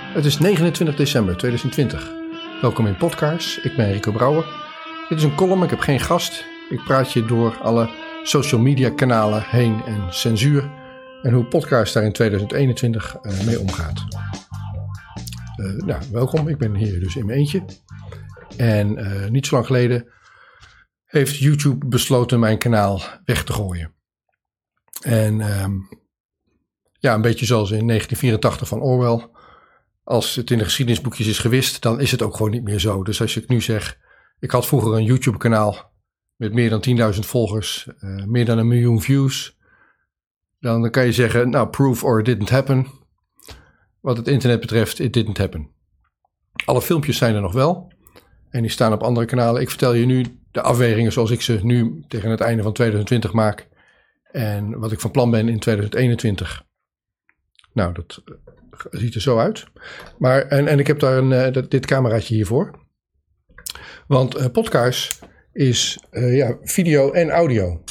Het is 29 december 2020. Welkom in Podcasts, ik ben Rico Brouwer. Dit is een column, ik heb geen gast. Ik praat je door alle social media kanalen heen en censuur. En hoe Podcast daar in 2021 mee omgaat. Welkom, ik ben hier dus in mijn eentje. En niet zo lang geleden heeft YouTube besloten mijn kanaal weg te gooien. En een beetje zoals in 1984 van Orwell. Als het in de geschiedenisboekjes is gewist, dan is het ook gewoon niet meer zo. Dus als ik nu zeg, ik had vroeger een YouTube kanaal met meer dan 10.000 volgers, meer dan 1 miljoen views. Dan kan je zeggen, nou, proof or it didn't happen. Wat het internet betreft, it didn't happen. Alle filmpjes zijn er nog wel. En die staan op andere kanalen. Ik vertel je nu de afwegingen zoals ik ze nu tegen het einde van 2020 maak. En wat ik van plan ben in 2021. Nou, dat ziet er zo uit. Maar, en ik heb daar dit cameraatje hiervoor. Want podcast is video en audio.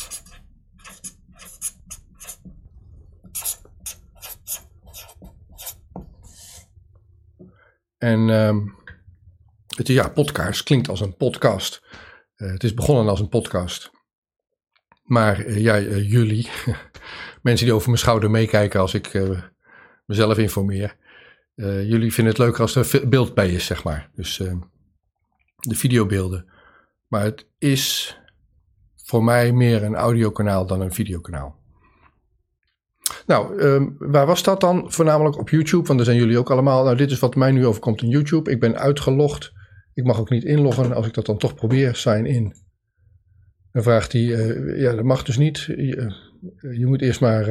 En podcast klinkt als een podcast. Het is begonnen als een podcast. Maar jullie, mensen die over mijn schouder meekijken als ik mezelf informeer. Jullie vinden het leuker als er beeld bij is, zeg maar. Dus de videobeelden. Maar het is voor mij meer een audiokanaal dan een videokanaal. Nou, waar was dat dan? Voornamelijk op YouTube, want daar zijn jullie ook allemaal. Nou, dit is wat mij nu overkomt in YouTube. Ik ben uitgelogd. Ik mag ook niet inloggen. Als ik dat dan toch probeer, sign in. Dan vraagt hij, dat mag dus niet. Je moet eerst maar...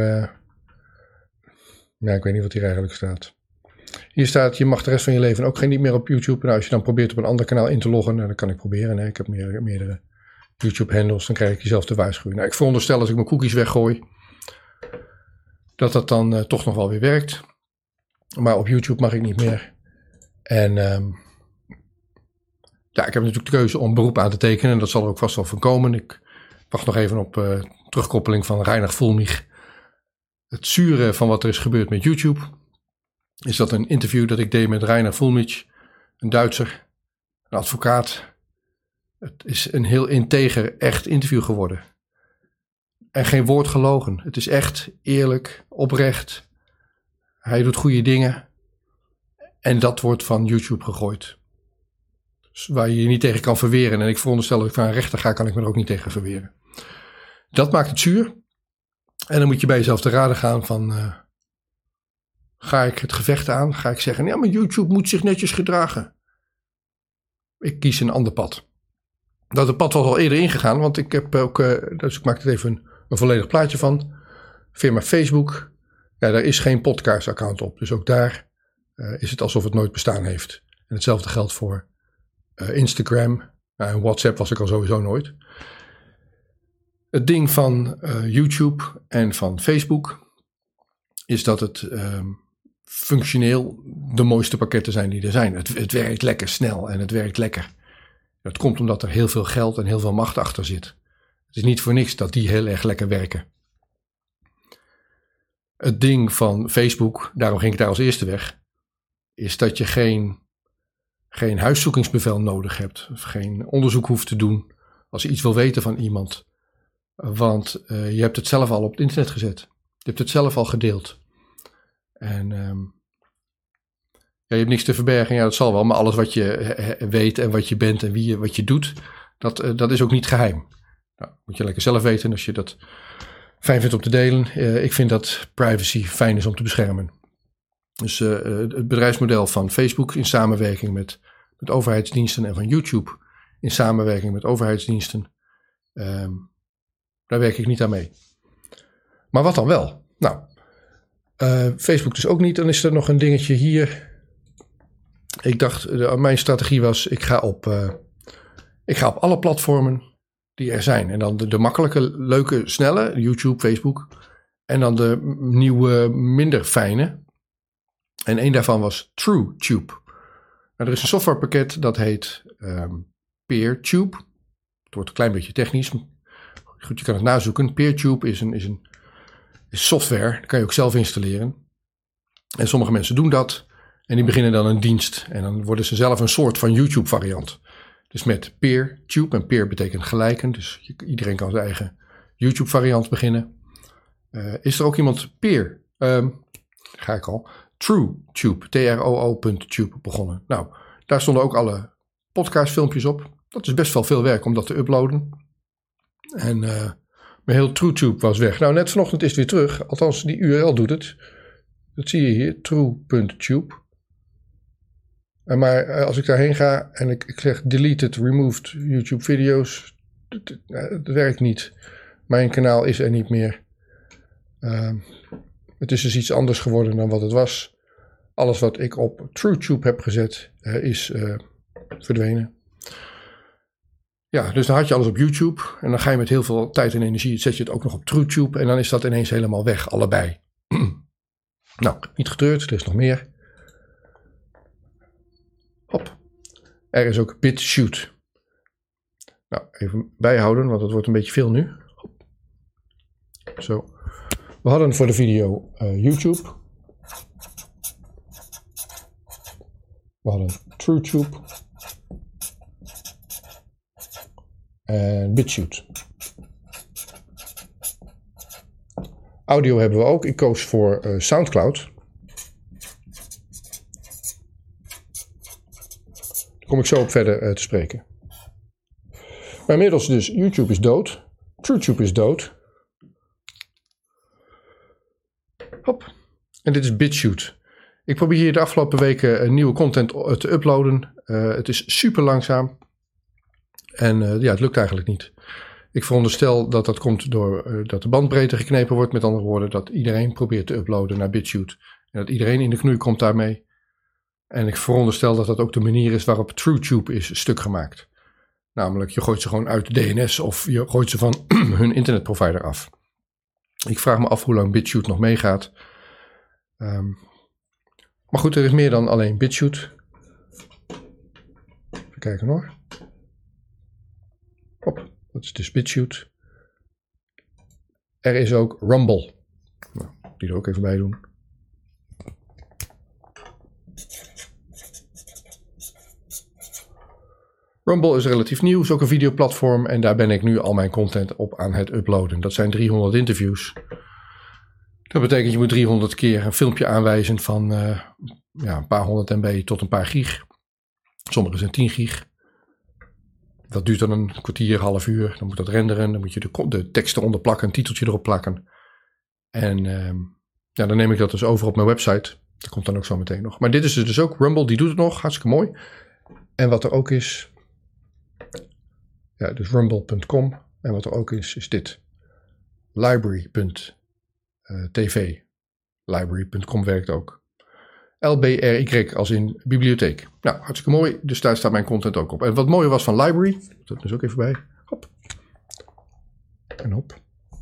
ik weet niet wat hier eigenlijk staat. Hier staat, je mag de rest van je leven ook niet meer op YouTube. Nou, als je dan probeert op een ander kanaal in te loggen, nou, dat kan ik proberen. Nee, ik heb meerdere YouTube-handles, dan krijg ik jezelf te waarschuwen. Nou, ik veronderstel als ik mijn cookies weggooi, dat dan toch nog wel weer werkt. Maar op YouTube mag ik niet meer. En ik heb natuurlijk de keuze om beroep aan te tekenen. En dat zal er ook vast wel van komen. Ik wacht nog even op terugkoppeling van Reinhard Vollmich. Het zure van wat er is gebeurd met YouTube is dat een interview dat ik deed met Reinhard Vollmich, een Duitser, een advocaat. Het is een heel integer, echt interview geworden. En geen woord gelogen. Het is echt eerlijk, oprecht. Hij doet goede dingen. En dat wordt van YouTube gegooid. Dus waar je je niet tegen kan verweren. En ik veronderstel dat ik van een rechter ga, kan ik me er ook niet tegen verweren. Dat maakt het zuur. En dan moet je bij jezelf te raden gaan van... ga ik het gevecht aan? Ga ik zeggen, ja, maar YouTube moet zich netjes gedragen. Ik kies een ander pad. Dat pad was al eerder ingegaan, want ik heb ook... dus ik maak er even een volledig plaatje van. Firma Facebook. Ja, daar is geen podcast-account op. Dus ook daar is het alsof het nooit bestaan heeft. En hetzelfde geldt voor Instagram. En WhatsApp was ik al sowieso nooit. Het ding van YouTube en van Facebook is dat het functioneel de mooiste pakketten zijn die er zijn. Het werkt lekker snel en het werkt lekker. Dat komt omdat er heel veel geld en heel veel macht achter zit. Het is niet voor niks dat die heel erg lekker werken. Het ding van Facebook, daarom ging ik daar als eerste weg, is dat je geen huiszoekingsbevel nodig hebt. Of geen onderzoek hoeft te doen als je iets wil weten van iemand. Want je hebt het zelf al op het internet gezet. Je hebt het zelf al gedeeld. En je hebt niks te verbergen. Ja, dat zal wel. Maar alles wat je weet en wat je bent en wat je doet, dat is ook niet geheim. Nou, moet je lekker zelf weten. En als je dat fijn vindt om te delen. Ik vind dat privacy fijn is om te beschermen. Dus het bedrijfsmodel van Facebook in samenwerking met overheidsdiensten en van YouTube in samenwerking met overheidsdiensten. Daar werk ik niet aan mee. Maar wat dan wel? Nou, Facebook dus ook niet. Dan is er nog een dingetje hier. Ik dacht, mijn strategie was, ik ga op alle platformen die er zijn. En dan de makkelijke, leuke, snelle, YouTube, Facebook. En dan de nieuwe, minder fijne. En één daarvan was TrueTube. Nou, er is een softwarepakket dat heet PeerTube. Het wordt een klein beetje technisch. Goed, je kan het nazoeken. PeerTube is software. Dat kan je ook zelf installeren. En sommige mensen doen dat. En die beginnen dan een dienst. En dan worden ze zelf een soort van YouTube variant. Dus met PeerTube. En peer betekent gelijken. Dus iedereen kan zijn eigen YouTube variant beginnen. Is er ook iemand ga ik al. TrueTube. TROO.tube begonnen. Nou, daar stonden ook alle podcastfilmpjes op. Dat is best wel veel werk om dat te uploaden. En mijn heel TrueTube was weg. Nou, net vanochtend is het weer terug. Althans, die URL doet het. Dat zie je hier. True.tube. Maar als ik daarheen ga en ik zeg deleted, removed YouTube video's. Het werkt niet. Mijn kanaal is er niet meer. Het is dus iets anders geworden dan wat het was. Alles wat ik op TrueTube heb gezet is verdwenen. Ja, dus dan had je alles op YouTube. En dan ga je met heel veel tijd en energie, zet je het ook nog op TrueTube. En dan is dat ineens helemaal weg, allebei. Nou, niet getreurd, er is nog meer. Hop. Er is ook BitChute. Nou, even bijhouden, want het wordt een beetje veel nu. Hop. Zo. We hadden voor de video YouTube. We hadden TrueTube. En BitChute. Audio hebben we ook. Ik koos voor Soundcloud. Daar kom ik zo op verder te spreken. Maar inmiddels dus, YouTube is dood. TrueTube is dood. Hop. En dit is BitChute. Ik probeer hier de afgelopen weken nieuwe content te uploaden. Het is super langzaam. En het lukt eigenlijk niet. Ik veronderstel dat dat komt door dat de bandbreedte geknepen wordt. Met andere woorden, dat iedereen probeert te uploaden naar BitChute. En dat iedereen in de knoei komt daarmee. En ik veronderstel dat dat ook de manier is waarop TrueTube is stuk gemaakt. Namelijk, je gooit ze gewoon uit de DNS of je gooit ze van hun internetprovider af. Ik vraag me af hoe lang BitChute nog meegaat. Maar goed, er is meer dan alleen BitChute. Even kijken hoor. Hop, dat is dus BitChute. Er is ook Rumble. Nou, die er ook even bij doen. Rumble is relatief nieuw, is ook een videoplatform en daar ben ik nu al mijn content op aan het uploaden. Dat zijn 300 interviews. Dat betekent je moet 300 keer een filmpje aanwijzen van een paar 100 MB tot een paar gig. Sommige zijn 10 gig. Dat duurt dan een kwartier, half uur. Dan moet dat renderen, dan moet je de tekst eronder plakken, een titeltje erop plakken. En dan neem ik dat dus over op mijn website. Dat komt dan ook zo meteen nog. Maar dit is dus ook Rumble, die doet het nog, hartstikke mooi. En wat er ook is, dus rumble.com. En wat er ook is dit. Library.tv. Library.com werkt ook. LBRY als in bibliotheek. Nou, hartstikke mooi. Dus daar staat mijn content ook op. En wat mooier was van Library, dat is ook even bij. Hop. En hop.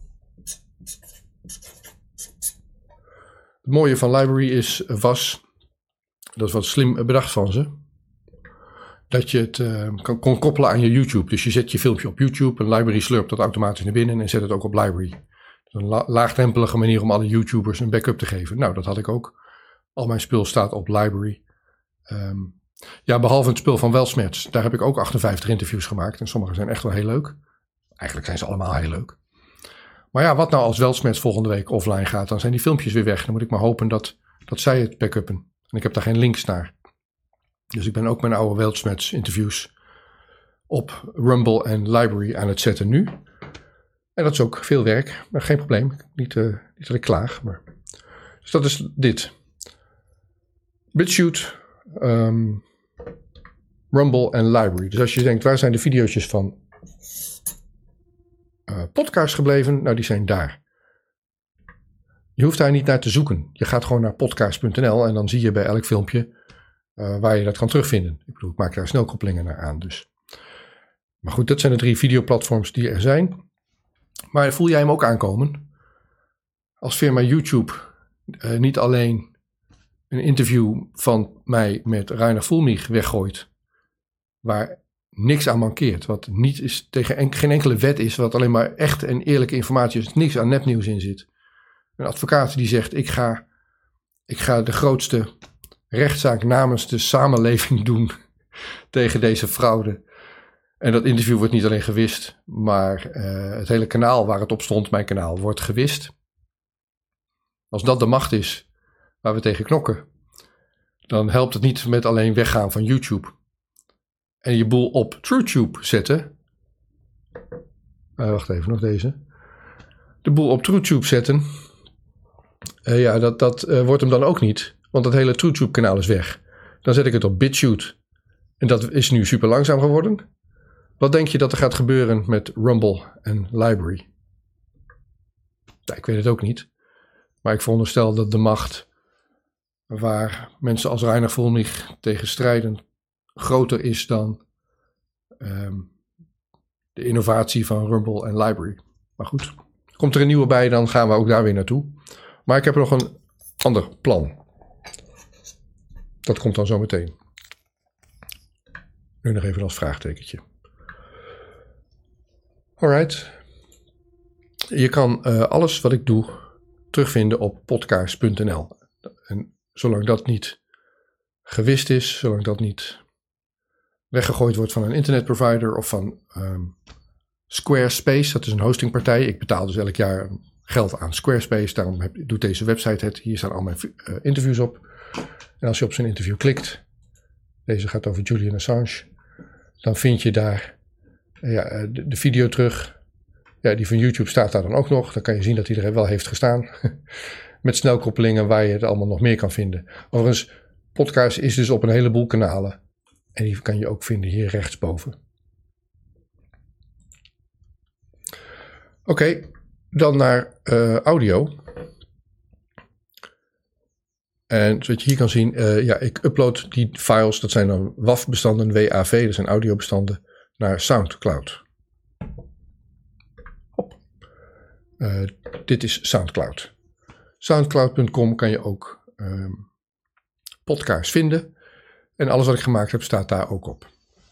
Het mooie van Library dat is wat slim bedacht van ze, dat je het kon koppelen aan je YouTube. Dus je zet je filmpje op YouTube en Library slurpt dat automatisch naar binnen en zet het ook op Library. Dat is een laagdrempelige manier om alle YouTubers een backup te geven. Nou, dat had ik ook. Al mijn spul staat op Library. Behalve het spul van Welsmets. Daar heb ik ook 58 interviews gemaakt. En sommige zijn echt wel heel leuk. Eigenlijk zijn ze allemaal heel leuk. Maar ja, wat nou als Welsmets volgende week offline gaat? Dan zijn die filmpjes weer weg. Dan moet ik maar hopen dat zij het backuppen. En ik heb daar geen links naar. Dus ik ben ook mijn oude Welsmets interviews op Rumble en Library aan het zetten nu. En dat is ook veel werk. Maar geen probleem. Niet dat ik klaag. Maar. Dus dat is dit. BitChute, Rumble en Library. Dus als je denkt, waar zijn de video's van podcast gebleven? Nou, die zijn daar. Je hoeft daar niet naar te zoeken. Je gaat gewoon naar podcast.nl en dan zie je bij elk filmpje waar je dat kan terugvinden. Ik bedoel, ik maak daar snelkoppelingen naar aan. Dus. Maar goed, dat zijn de 3 videoplatforms die er zijn. Maar voel jij hem ook aankomen? Als firma YouTube niet alleen een interview van mij met Reiner Fulmich weggooit, waar niks aan mankeert, wat niet is tegen geen enkele wet is, wat alleen maar echte en eerlijke informatie is, niks aan nepnieuws in zit. Een advocaat die zegt, ik ga de grootste rechtszaak namens de samenleving doen tegen deze fraude. En dat interview wordt niet alleen gewist, maar het hele kanaal waar het op stond, mijn kanaal, wordt gewist. Als dat de macht is waar we tegen knokken, dan helpt het niet met alleen weggaan van YouTube. En je boel op TrueTube zetten. Wacht even, nog deze. De boel op TrueTube zetten. Dat wordt hem dan ook niet. Want dat hele TrueTube kanaal is weg. Dan zet ik het op BitChute. En dat is nu super langzaam geworden. Wat denk je dat er gaat gebeuren met Rumble en Library? Ja, ik weet het ook niet. Maar ik veronderstel dat de macht waar mensen als Reiner Fuellmich tegen strijden groter is dan de innovatie van Rumble en Library. Maar goed, komt er een nieuwe bij, dan gaan we ook daar weer naartoe. Maar ik heb nog een ander plan. Dat komt dan zo meteen. Nu nog even als vraagtekentje. Alright. Je kan alles wat ik doe terugvinden op podcast.nl. En zolang dat niet gewist is, zolang dat niet weggegooid wordt van een internetprovider of van Squarespace, dat is een hostingpartij. Ik betaal dus elk jaar geld aan Squarespace, daarom doet deze website het. Hier staan al mijn interviews op. En als je op zijn interview klikt, deze gaat over Julian Assange, dan vind je daar de video terug. Ja, die van YouTube staat daar dan ook nog. Dan kan je zien dat hij er wel heeft gestaan. Met snelkoppelingen waar je het allemaal nog meer kan vinden. Overigens, podcast is dus op een heleboel kanalen. En die kan je ook vinden hier rechtsboven. Oké, dan naar audio. En zoals je hier kan zien, ik upload die files, dat zijn dan WAV-bestanden, WAV, dat zijn audiobestanden, naar SoundCloud. Dit is SoundCloud. Soundcloud.com kan je ook podcasts vinden. En alles wat ik gemaakt heb staat daar ook op.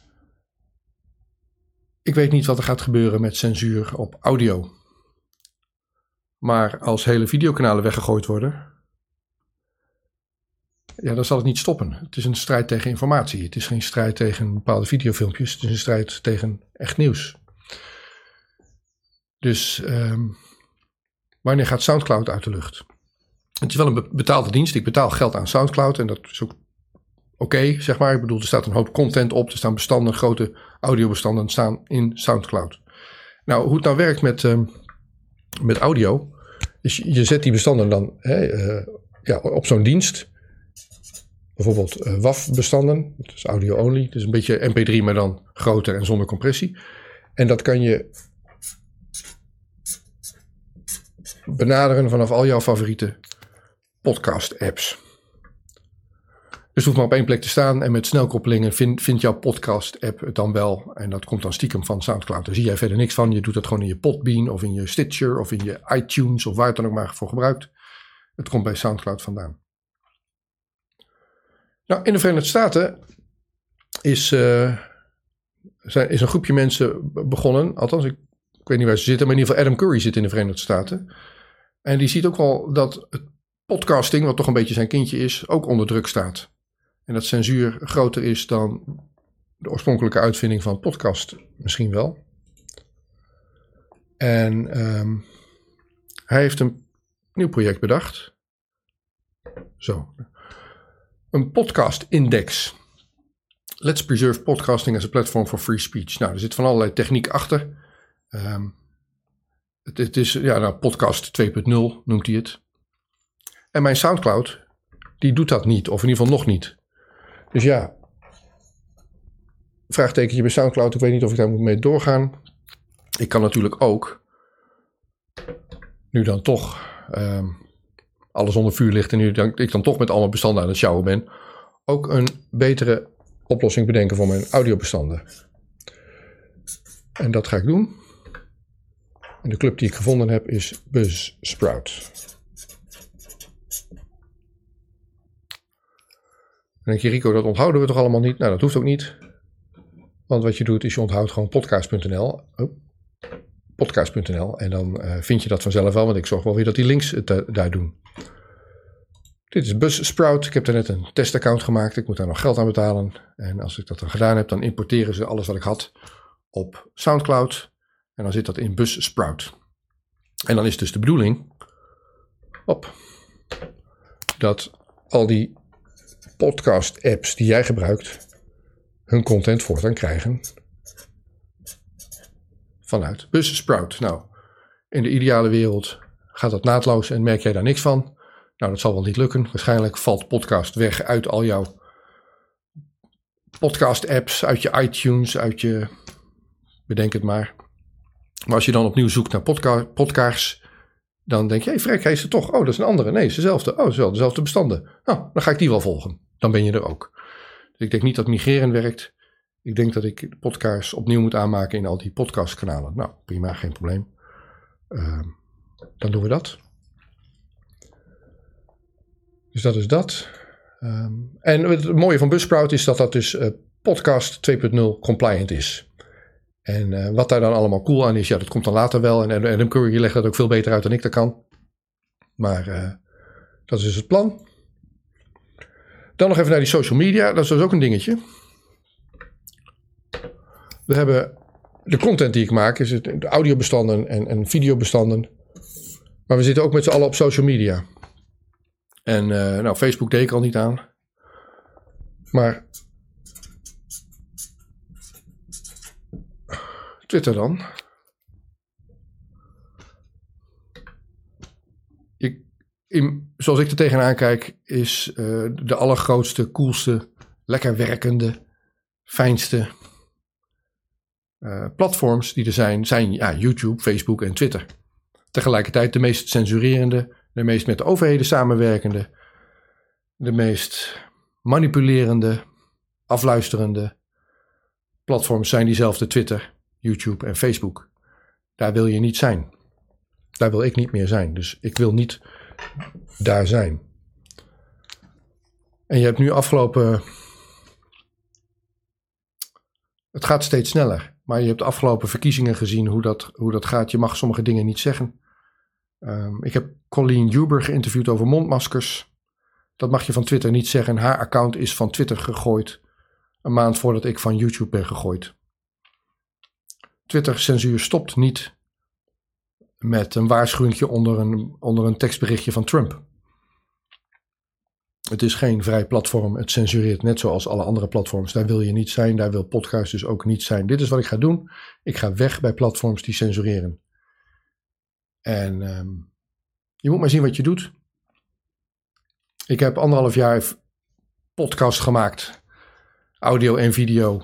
Ik weet niet wat er gaat gebeuren met censuur op audio. Maar als hele videokanalen weggegooid worden, ja, dan zal het niet stoppen. Het is een strijd tegen informatie. Het is geen strijd tegen bepaalde videofilmpjes. Het is een strijd tegen echt nieuws. Dus wanneer gaat SoundCloud uit de lucht? Het is wel een betaalde dienst. Ik betaal geld aan SoundCloud en dat is ook oké, zeg maar. Ik bedoel, er staat een hoop content op. Er staan bestanden, grote audiobestanden staan in SoundCloud. Nou, hoe het nou werkt met audio, is je zet die bestanden dan op zo'n dienst. Bijvoorbeeld WAV-bestanden, dat is audio only. Het is een beetje MP3, maar dan groter en zonder compressie. En dat kan je benaderen vanaf al jouw favoriete podcast-apps. Dus het hoeft maar op één plek te staan en met snelkoppelingen vindt jouw podcast-app het dan wel. En dat komt dan stiekem van SoundCloud. Daar zie jij verder niks van. Je doet het gewoon in je Podbean of in je Stitcher of in je iTunes of waar het dan ook maar voor gebruikt. Het komt bij SoundCloud vandaan. Nou, in de Verenigde Staten is een groepje mensen begonnen. Althans, ik weet niet waar ze zitten, maar in ieder geval Adam Curry zit in de Verenigde Staten. En die ziet ook wel dat het podcasting, wat toch een beetje zijn kindje is, ook onder druk staat. En dat censuur groter is dan de oorspronkelijke uitvinding van podcast misschien wel. En hij heeft een nieuw project bedacht. Zo. Een podcast index. Let's preserve podcasting as a platform for free speech. Nou, er zit van allerlei techniek achter. Het is, podcast 2.0 noemt hij het. En mijn SoundCloud, die doet dat niet. Of in ieder geval nog niet. Dus ja, vraagtekentje bij SoundCloud. Ik weet niet of ik daar moet mee doorgaan. Ik kan natuurlijk ook, nu dan toch alles onder vuur ligt en nu ik dan toch met allemaal bestanden aan het sjouwen ben, ook een betere oplossing bedenken voor mijn audiobestanden. En dat ga ik doen. En de club die ik gevonden heb is Buzzsprout. Dan denk je, Rico, dat onthouden we toch allemaal niet? Nou, dat hoeft ook niet. Want wat je doet is je onthoudt gewoon podcast.nl. Podcast.nl. En dan vind je dat vanzelf wel. Want ik zorg wel weer dat die links het daar doen. Dit is Buzzsprout. Ik heb daar net een testaccount gemaakt. Ik moet daar nog geld aan betalen. En als ik dat dan gedaan heb, dan importeren ze alles wat ik had op Soundcloud. En dan zit dat in Buzzsprout. En dan is dus de bedoeling dat al die podcast apps die jij gebruikt hun content voortaan krijgen vanuit Buzzsprout. Nou, in de ideale wereld gaat dat naadloos en merk jij daar niks van. Nou, dat zal wel niet lukken. Waarschijnlijk valt podcast weg uit al jouw podcast apps, uit je iTunes, uit je, bedenk het maar. Maar als je dan opnieuw zoekt naar podcasts, dan denk je, hey, vrek, hij is er toch. Oh, dat is een andere. Nee, het is dezelfde. Oh, het is wel dezelfde bestanden. Nou, dan ga ik die wel volgen. Dan ben je er ook. Dus ik denk niet dat migreren werkt. Ik denk dat ik de podcasts opnieuw moet aanmaken in al die podcastkanalen. Nou, prima, geen probleem. Dan doen we dat. Dus dat is dat. En het mooie van Buzzsprout is dat dat dus podcast 2.0 compliant is. En wat daar dan allemaal cool aan is, ja, dat komt dan later wel. En Adam Curry legt dat ook veel beter uit dan ik dat kan. Maar dat is dus het plan. Dan nog even naar die social media. Dat is dus ook een dingetje. We hebben de content die ik maak, is het de audiobestanden en videobestanden. Maar we zitten ook met z'n allen op social media. En nou, Facebook deed ik al niet aan. Maar Twitter dan. Zoals ik er tegenaan kijk, is de allergrootste, coolste, lekker werkende, fijnste platforms die er zijn ja, YouTube, Facebook en Twitter. Tegelijkertijd de meest censurerende, de meest met de overheden samenwerkende, de meest manipulerende, afluisterende platforms zijn diezelfde Twitter, YouTube en Facebook. Daar wil je niet zijn. Daar wil ik niet meer zijn. Dus ik wil niet daar zijn. En je hebt nu afgelopen... Het gaat steeds sneller. Maar je hebt de afgelopen verkiezingen gezien hoe dat gaat. Je mag sommige dingen niet zeggen. Ik heb Colleen Huber geïnterviewd over mondmaskers. Dat mag je van Twitter niet zeggen. Haar account is van Twitter gegooid. Een maand voordat ik van YouTube ben gegooid. Twitter-censuur stopt niet met een waarschuwingje onder een tekstberichtje van Trump. Het is geen vrij platform. Het censureert net zoals alle andere platforms. Daar wil je niet zijn. Daar wil podcast dus ook niet zijn. Dit is wat ik ga doen. Ik ga weg bij platforms die censureren. En je moet maar zien wat je doet. Ik heb 1,5 jaar podcast gemaakt. Audio en video.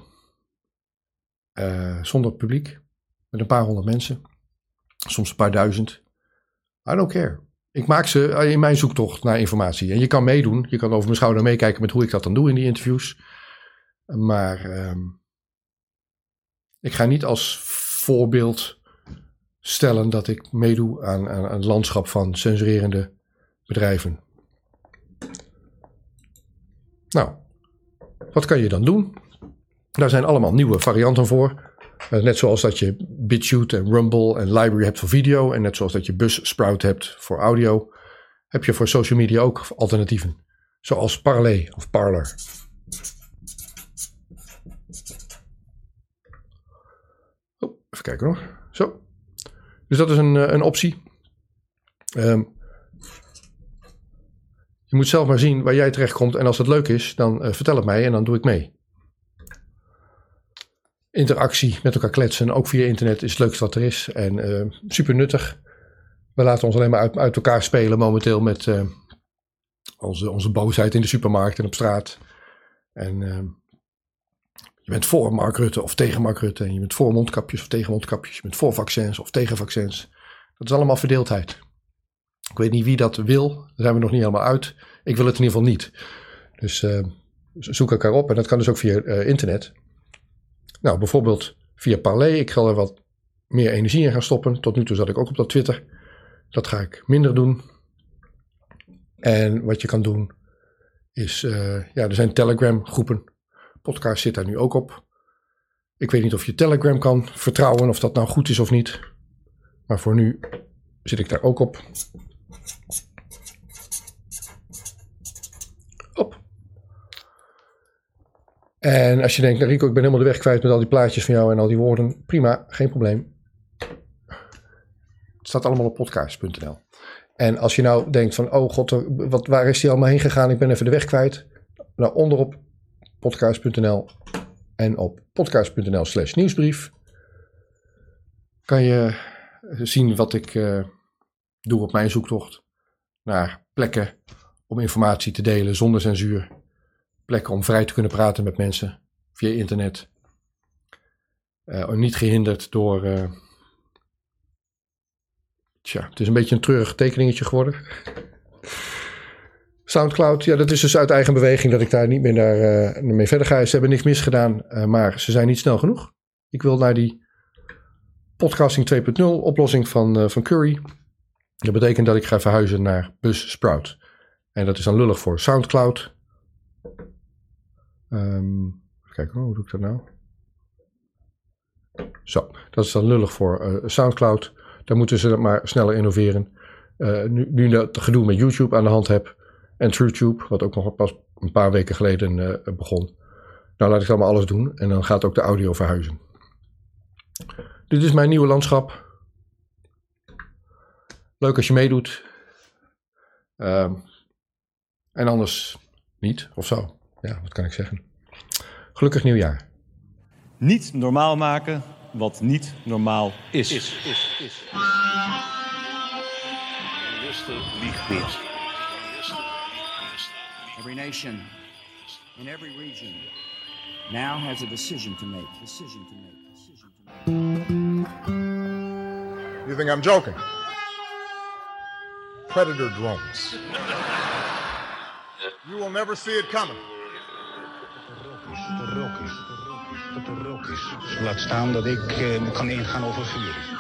Zonder publiek. Met een paar honderd mensen. Soms een paar duizend. I don't care. Ik maak ze in mijn zoektocht naar informatie. En je kan meedoen. Je kan over mijn schouder meekijken met hoe ik dat dan doe in die interviews. Maar ik ga niet als voorbeeld stellen dat ik meedoe aan het landschap van censurerende bedrijven. Nou, wat kan je dan doen? Daar zijn allemaal nieuwe varianten voor. Net zoals dat je BitChute en Rumble en Library hebt voor video. En net zoals dat je Buzzsprout hebt voor audio. Heb je voor social media ook alternatieven. Zoals Parler of Parler. Oh, even kijken hoor. Zo. Dus dat is een optie. Je moet zelf maar zien waar jij terechtkomt. En als het leuk is, dan vertel het mij en dan doe ik mee. Interactie met elkaar kletsen, ook via internet, is het leukste wat er is. En super nuttig. We laten ons alleen maar uit elkaar spelen momenteel met onze boosheid in de supermarkt en op straat. En je bent voor Mark Rutte of tegen Mark Rutte. En je bent voor mondkapjes of tegen mondkapjes. Je bent voor vaccins of tegen vaccins. Dat is allemaal verdeeldheid. Ik weet niet wie dat wil. Daar zijn we nog niet helemaal uit. Ik wil het in ieder geval niet. Dus zoek elkaar op. En dat kan dus ook via internet. Nou, bijvoorbeeld via Parler. Ik ga er wat meer energie in gaan stoppen. Tot nu toe zat ik ook op dat Twitter. Dat ga ik minder doen. En wat je kan doen is... er zijn Telegram groepen. Podcast zit daar nu ook op. Ik weet niet of je Telegram kan vertrouwen. Of dat nou goed is of niet. Maar voor nu zit ik daar ook op. En als je denkt, Rico, ik ben helemaal de weg kwijt met al die plaatjes van jou en al die woorden. Prima, geen probleem. Het staat allemaal op podcast.nl. En als je nou denkt van, oh god, waar is die allemaal heen gegaan? Ik ben even de weg kwijt. Nou, onderop podcast.nl en op podcast.nl/nieuwsbrief kan je zien wat ik doe op mijn zoektocht naar plekken om informatie te delen zonder censuur. Plekken om vrij te kunnen praten met mensen via internet. Niet gehinderd door... het is een beetje een treurig tekeningetje geworden. Soundcloud, ja, dat is dus uit eigen beweging dat ik daar niet meer mee verder ga. Ze hebben niks misgedaan, maar ze zijn niet snel genoeg. Ik wil naar die podcasting 2.0 oplossing van Curry. Dat betekent dat ik ga verhuizen naar Buzzsprout. En dat is dan lullig voor Soundcloud. Kijk, hoe doe ik dat nou? Zo, dat is dan lullig voor Soundcloud. Daar moeten ze maar sneller innoveren. Nu dat gedoe met YouTube aan de hand heb. En TrueTube, wat ook nog pas een paar weken geleden begon. Nou, laat ik dan maar alles doen. En dan gaat ook de audio verhuizen. Dit is mijn nieuwe landschap. Leuk als je meedoet. En anders niet, of zo. Ja, wat kan ik zeggen? Gelukkig nieuwjaar. Niet normaal maken wat niet normaal is. Every nation in every region now has a decision to make. You think I'm joking? Predator drones. You will never see it coming. Laat staan dat ik kan ingaan over vuur.